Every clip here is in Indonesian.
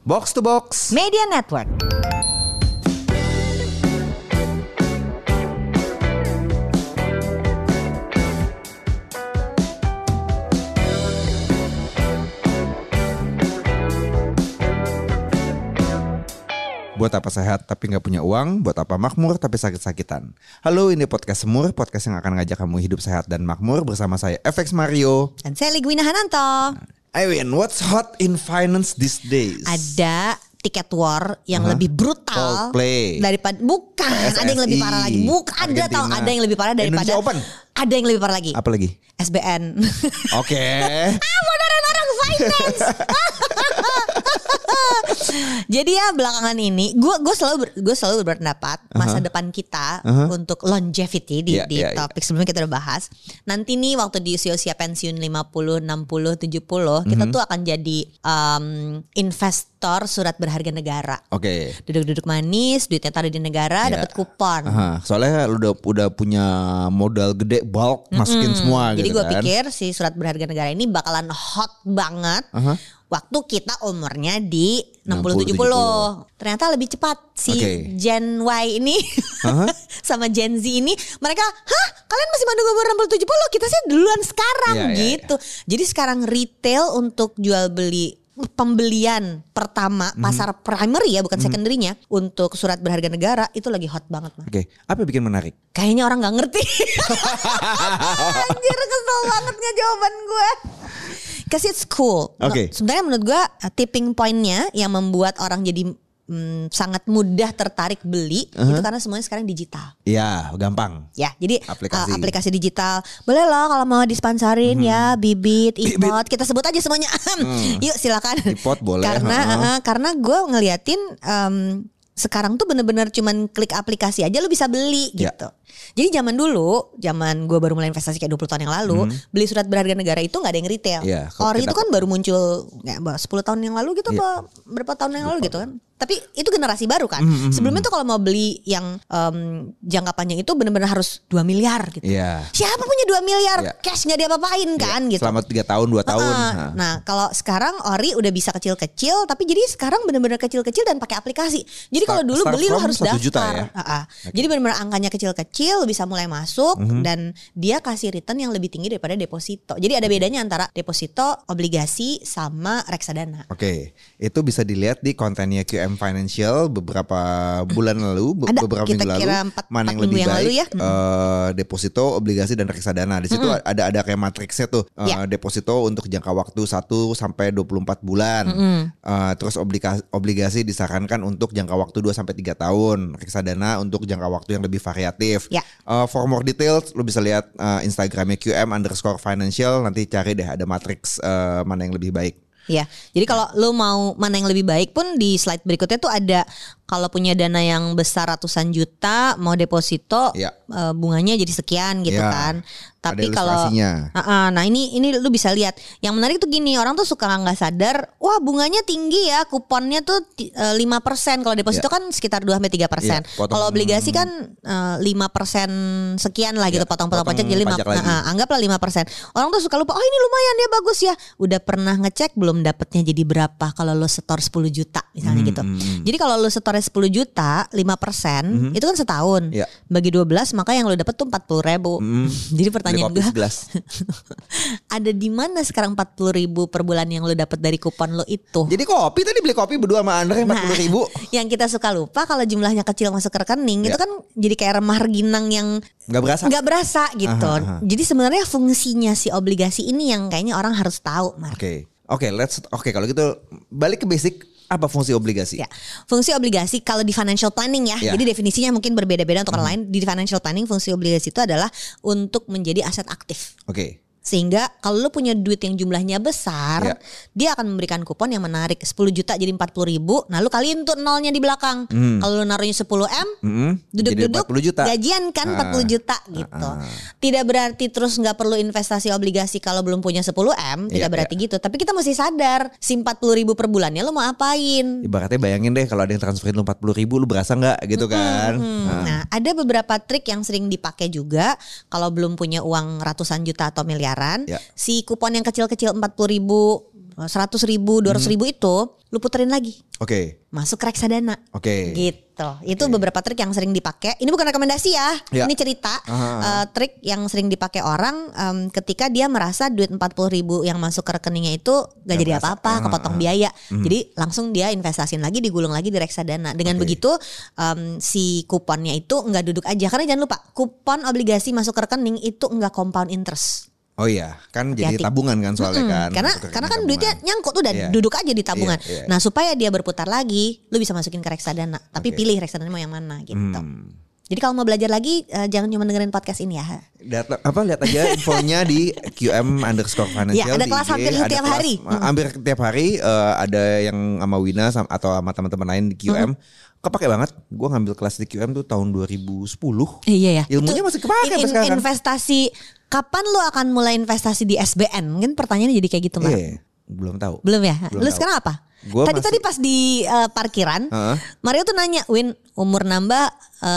Box to Box Media Network. Buat apa sehat tapi gak punya uang, buat apa makmur tapi sakit-sakitan. Halo, ini Podcast Semur, podcast yang akan ngajak kamu hidup sehat dan makmur bersama saya FX Mario. Dan saya Ligwina Hananto. Iwin, what's hot in finance these days? Ada tiket war yang lebih brutal Coldplay daripada SSI, ada yang lebih parah lagi. Ada yang lebih parah daripada Indonesia Open. Ada yang lebih parah lagi. Apa lagi? SBN. Oke. Modern orang finance. Jadi ya belakangan ini gue selalu berpendapat masa depan kita untuk longevity di topik sebelumnya kita udah bahas. Nanti nih waktu di usia pensiun 50, 60, 70 kita tuh akan jadi investor surat berharga negara. Oke. Duduk-duduk manis, duitnya taruh di negara, dapat kupon. Soalnya lu udah punya modal gede, bulk, masukin semua. Jadi gitu gue kan. pikir si surat berharga negara ini bakalan hot banget. Waktu kita umurnya di 60-70. Ternyata lebih cepat si Gen Y ini sama Gen Z ini. Mereka, kalian masih mau nunggu umur 60-70? Kita sih duluan sekarang gitu. Jadi sekarang retail untuk jual beli pembelian pertama pasar primary ya bukan secondary-nya untuk surat berharga negara itu lagi hot banget. Oke, apa yang bikin menarik? Kayaknya orang gak ngerti. Anjir kesel banget gak jawaban gue. Cause it's cool. Sebenarnya menurut gue tipping point-nya yang membuat orang jadi sangat mudah tertarik beli itu karena semuanya sekarang digital. Iya, gampang. Ya, jadi aplikasi digital. Boleh loh kalau mau disponsorin ya, Bibit, iPod, kita sebut aja semuanya. Yuk silakan. iPod boleh. Karena gue ngeliatin sekarang tuh bener-bener cuman klik aplikasi aja lu bisa beli gitu. Jadi zaman gue baru mulai investasi kayak 20 tahun yang lalu, beli surat berharga negara itu gak ada yang retail. Ori itu kan baru muncul 10 tahun yang lalu gitu apa berapa tahun yang lalu gitu kan. Tapi itu generasi baru kan. Sebelumnya tuh kalau mau beli yang jangka panjang itu benar-benar harus 2 miliar gitu. Siapa punya 2 miliar cash gak diapa-apain kan gitu. Selama 3 tahun 2 tahun. Nah kalau sekarang Ori udah bisa kecil-kecil, tapi jadi sekarang benar-benar kecil-kecil dan pakai aplikasi. Jadi kalau dulu beli lu harus daftar. Juta ya? Jadi benar-benar angkanya kecil-kecil, lu bisa mulai masuk dan dia kasih return yang lebih tinggi daripada deposito. Jadi ada bedanya antara deposito, obligasi sama reksadana. Itu bisa dilihat di kontennya QM Financial beberapa bulan lalu, beberapa minggu lalu. Mana yang lebih baik? Deposito, obligasi dan reksadana. Di situ ada kayak matriksnya tuh. Deposito untuk jangka waktu 1 sampai 24 bulan. Terus obligasi disarankan untuk jangka waktu 2 sampai 3 tahun. Reksadana untuk jangka waktu yang lebih variatif. For more details lu bisa lihat Instagramnya QM_financial. Nanti cari deh ada matriks mana yang lebih baik. Ya, jadi kalau lu mau mana yang lebih baik pun di slide berikutnya tuh ada kalau punya dana yang besar ratusan juta mau deposito bunganya jadi sekian gitu kan. Tapi kalau nah ini lu bisa lihat. Yang menarik tuh gini, orang tuh suka nggak sadar, wah bunganya tinggi ya, kuponnya tuh 5%. Kalau deposito kan sekitar 2-3%. Kalau obligasi kan 5% sekian lah gitu, potong-potong pajak jadi 5%. Anggaplah 5%. Orang tuh suka lupa, oh ini lumayan ya, bagus ya. Udah pernah ngecek belum dapatnya jadi berapa kalau lu setor 10 juta misalnya gitu. Jadi kalau lu setornya 10 juta 5% itu kan setahun. Bagi 12 maka yang lu dapat tuh 40.000. Jadi pertanyaan gue ada di mana sekarang 40.000 per bulan yang lu dapat dari kupon lu itu? Jadi kopi tadi beli kopi berdua sama Andre 40.000. Yang kita suka lupa kalau jumlahnya kecil masuk ke rekening itu kan jadi kayak remah rginang yang nggak berasa gitu. Jadi sebenarnya fungsinya si obligasi ini yang kayaknya orang harus tahu. Oke, kalau gitu balik ke basic. Apa fungsi obligasi? Fungsi obligasi kalau di financial planning ya. Jadi definisinya mungkin berbeda-beda untuk orang lain. Di financial planning fungsi obligasi itu adalah untuk menjadi aset aktif. Sehingga kalau lu punya duit yang jumlahnya besar, dia akan memberikan kupon yang menarik. 10 juta jadi 40.000. Nah lu kaliin tuh nolnya di belakang. Kalau lu naruhnya 10M, duduk-duduk gajian kan 40 juta gitu. Tidak berarti terus gak perlu investasi obligasi kalau belum punya 10M. Tidak berarti gitu. Tapi kita mesti sadar, si 40.000 per bulannya lu mau apain? Ibaratnya bayangin deh kalau ada yang transferin lu 40.000, lu berasa gak gitu kan? Nah ada beberapa trik yang sering dipakai juga. Kalau belum punya uang ratusan juta atau miliaran, si kupon yang kecil-kecil 40.000 100.000, 200.000 itu lu puterin lagi. Oke. Masuk ke reksadana. Oke. Gitu. Itu beberapa trik yang sering dipakai. Ini bukan rekomendasi ya. Ini cerita. Trik yang sering dipakai orang ketika dia merasa duit 40.000 yang masuk ke rekeningnya itu gak jadi apa-apa, kepotong biaya. Jadi langsung dia investasiin lagi, digulung lagi di reksadana. Dengan begitu si kuponnya itu nggak duduk aja. Karena jangan lupa, kupon obligasi masuk ke rekening itu nggak compound interest. Oh iya, kan jadi tabungan kan soalnya kan. Karena kan duitnya nyangkut tuh dan duduk aja di tabungan. Nah, supaya dia berputar lagi, lu bisa masukin ke reksadana. Tapi pilih reksadana mau yang mana gitu. Jadi kalau mau belajar lagi jangan cuma dengerin podcast ini ya. Lihat aja infonya di QM_financial. Ya, ada kelas hampir setiap hari. Hampir tiap hari ada yang sama Wina atau sama teman-teman lain di QM. Kepake banget. Gue ngambil kelas di QM tuh tahun 2010. Iya ya. Ilmunya masih kepake sampai sekarang. Investasi, kapan lu akan mulai investasi di SBN? Mungkin pertanyaannya jadi kayak gitu, Mar. Belum tahu. Belum ya? Lu sekarang apa? Tadi pas di parkiran, Mario tuh nanya, Win, umur nambah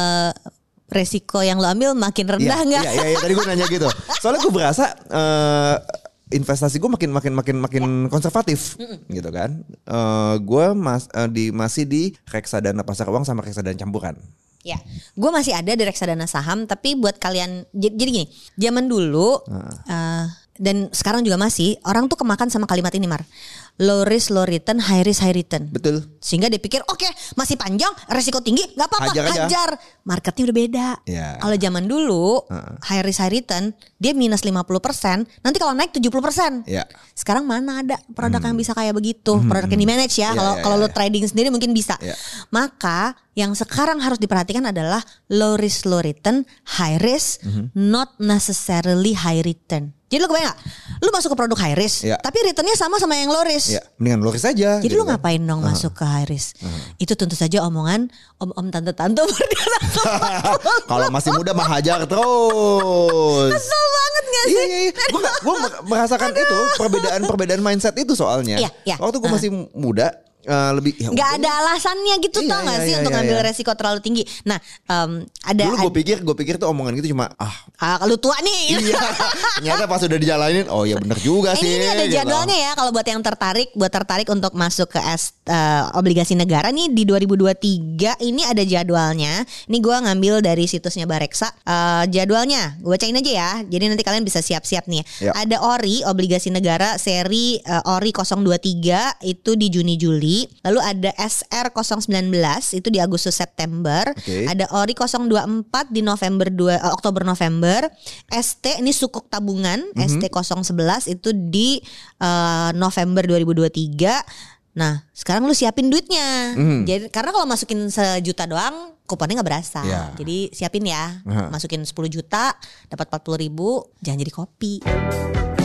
resiko yang lo ambil makin rendah nggak? Iya, tadi gue nanya gitu. Soalnya gue berasa investasi gue makin konservatif gitu kan. Gue masih di reksadana pasar uang sama reksadana campuran. Ya, gue masih ada di reksadana saham. Tapi buat kalian, jadi gini, zaman dulu dan sekarang juga masih, orang tuh kemakan sama kalimat ini, Mar. Low risk, low return, high risk, high return. Betul. Sehingga dia pikir oke, masih panjang, resiko tinggi, gak apa-apa, hajar. Marketnya udah beda. Kalau zaman dulu high risk, high return, dia minus 50%, nanti kalau naik 70%. Sekarang mana ada produk yang bisa kayak begitu. Produk yang di manage ya. Kalau lo trading sendiri mungkin bisa. Maka yang sekarang harus diperhatikan adalah low risk, low return, high risk, not necessarily high return. Jadi lu kebayang gak? Lu masuk ke produk high risk, tapi returnnya sama yang low risk. Mendingan low risk aja. Jadi gitu lu ngapain dong masuk ke high risk? Itu tentu saja omongan om-om tante-tante berdana. Kalau masih muda mah hajar terus. Kesel banget gak sih? Iya. Gue merasakan itu perbedaan mindset itu soalnya. Waktu gue masih muda. Lebih nggak ada alasannya gitu tau nggak sih untuk ngambil resiko terlalu tinggi. Nah ada dulu gue pikir tuh omongan gitu cuma kalau tua nih. Iya. Ternyata pas udah dijalanin oh ya bener juga sih. Ini ada jadwalnya ya kalau buat yang tertarik untuk masuk ke obligasi negara nih di 2023 ini ada jadwalnya. Ini gue ngambil dari situsnya Bareksa. Jadwalnya gue bacain aja ya. Jadi nanti kalian bisa siap-siap nih. Ada ORI obligasi negara seri ORI 023 itu di Juni-Juli. Lalu ada SR 019 itu di Agustus September. Ada ORI 024 di Oktober-November. ST ini sukuk tabungan ST 011 itu di November 2023. Nah sekarang lu siapin duitnya. Jadi karena kalau masukin 1 juta doang kuponnya gak berasa. Jadi siapin ya. Masukin 10 juta dapat 40.000, jangan jadi kopi.